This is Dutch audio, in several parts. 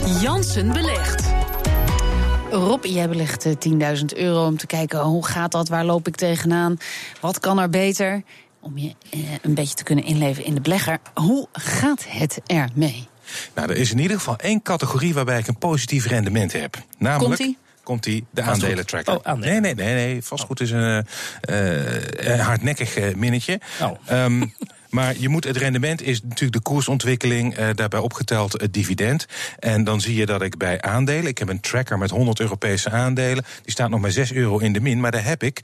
Jansen belegt. Rob, jij belegt €10.000 om te kijken hoe gaat dat, waar loop ik tegenaan, wat kan er beter? Om je een beetje te kunnen inleven in de belegger. Hoe gaat het ermee? Nou, er is in ieder geval 1 categorie waarbij ik een positief rendement heb. Namelijk... Komt-ie? De aandelentracker. Oh, aandelen. Nee. Vastgoed is een hardnekkig minnetje. Maar het rendement is natuurlijk de koersontwikkeling, daarbij opgeteld het dividend. En dan zie je dat ik bij aandelen, ik heb een tracker met 100 Europese aandelen, die staat nog maar €6 in de min, maar daar heb ik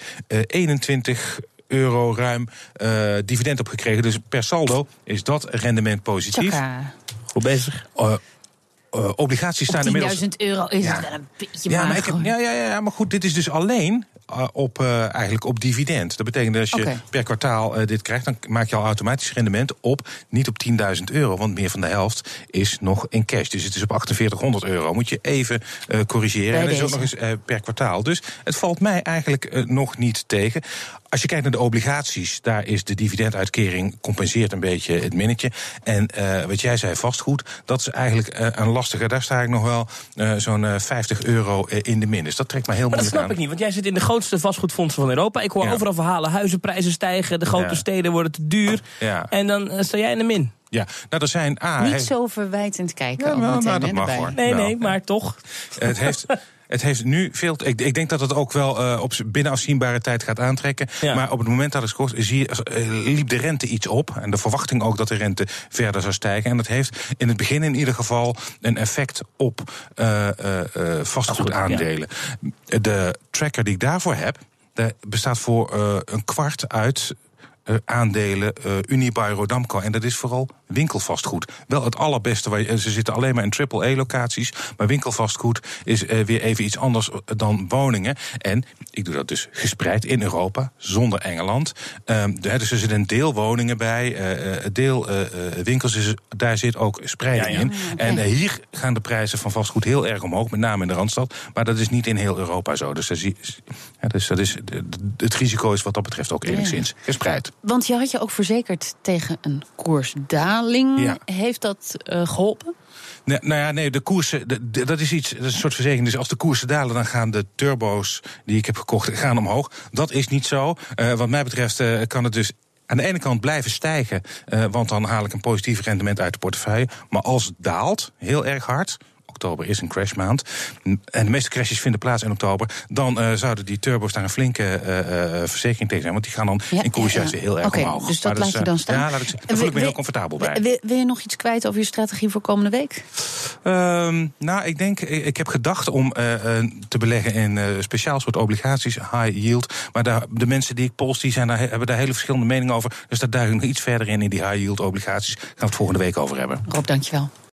€21 ruim dividend op gekregen. Dus per saldo is dat rendement positief. Tjaka. Goed bezig. Obligaties staan inmiddels... €10.000 is het wel een beetje mager. Maar goed, dit is dus alleen eigenlijk op dividend. Dat betekent dat als je per kwartaal dit krijgt, dan maak je al automatisch rendement op, niet op €10.000, want meer van de helft is nog in cash. Dus het is op €4800. Moet je even corrigeren. En dat is ook nog eens per kwartaal. Dus het valt mij eigenlijk nog niet tegen. Als je kijkt naar de obligaties, daar is de dividenduitkering compenseert een beetje het minnetje. En wat jij zei, vastgoed, dat is eigenlijk een lastige. Daar sta ik nog wel zo'n €50 in de min. Dus dat trekt me heel moeilijk aan. Dat snap ik niet, want jij zit in de grootste vastgoedfondsen van Europa. Ik hoor overal verhalen, huizenprijzen stijgen, de grote steden worden te duur. Ja. En dan sta jij in de min. Ja, nou, er zijn... Niet zo verwijtend kijken. Dat mag hoor. Nee, maar toch. Het heeft nu veel... Ik denk dat het ook wel op binnen afzienbare tijd gaat aantrekken. Ja. Maar op het moment dat het kost, liep de rente iets op. En de verwachting ook dat de rente verder zou stijgen. En dat heeft in het begin in ieder geval een effect op vastgoedaandelen. Ja. De tracker die ik daarvoor heb, bestaat voor een kwart uit aandelen Unibail Rodamco. En dat is vooral winkelvastgoed. Wel het allerbeste. Ze zitten alleen maar in AAA-locaties. Maar winkelvastgoed is weer even iets anders dan woningen. En ik doe dat dus gespreid in Europa, zonder Engeland. Dus er zitten een deel woningen bij, deel winkels. Dus daar zit ook spreiding in. Okay. En hier gaan de prijzen van vastgoed heel erg omhoog, met name in de Randstad. Maar dat is niet in heel Europa zo. Dus het risico is wat dat betreft ook enigszins gespreid. Want je had je ook verzekerd tegen een koersdaling. Ja. Heeft dat geholpen? Nee, de koersen, dat is een soort verzekering. Dus als de koersen dalen, dan gaan de turbo's die ik heb gekocht gaan omhoog. Dat is niet zo. Wat mij betreft kan het dus aan de ene kant blijven stijgen, want dan haal ik een positief rendement uit de portefeuille. Maar als het daalt, heel erg hard, oktober is een crashmaand, en de meeste crashes vinden plaats in oktober, dan zouden die turbo's daar een flinke verzekering tegen zijn, want die gaan dan in koers juist weer heel erg omhoog. Dus dat laat je dan staan? Ja, daar voel ik me heel comfortabel bij. Wil je nog iets kwijt over je strategie voor komende week? Ik heb gedacht om te beleggen in speciaal soort obligaties, high yield, maar de mensen die ik pols, hebben daar hele verschillende meningen over, dus daar duik ik nog iets verder in die high yield obligaties. Gaan we het volgende week over hebben. Rob, dankjewel.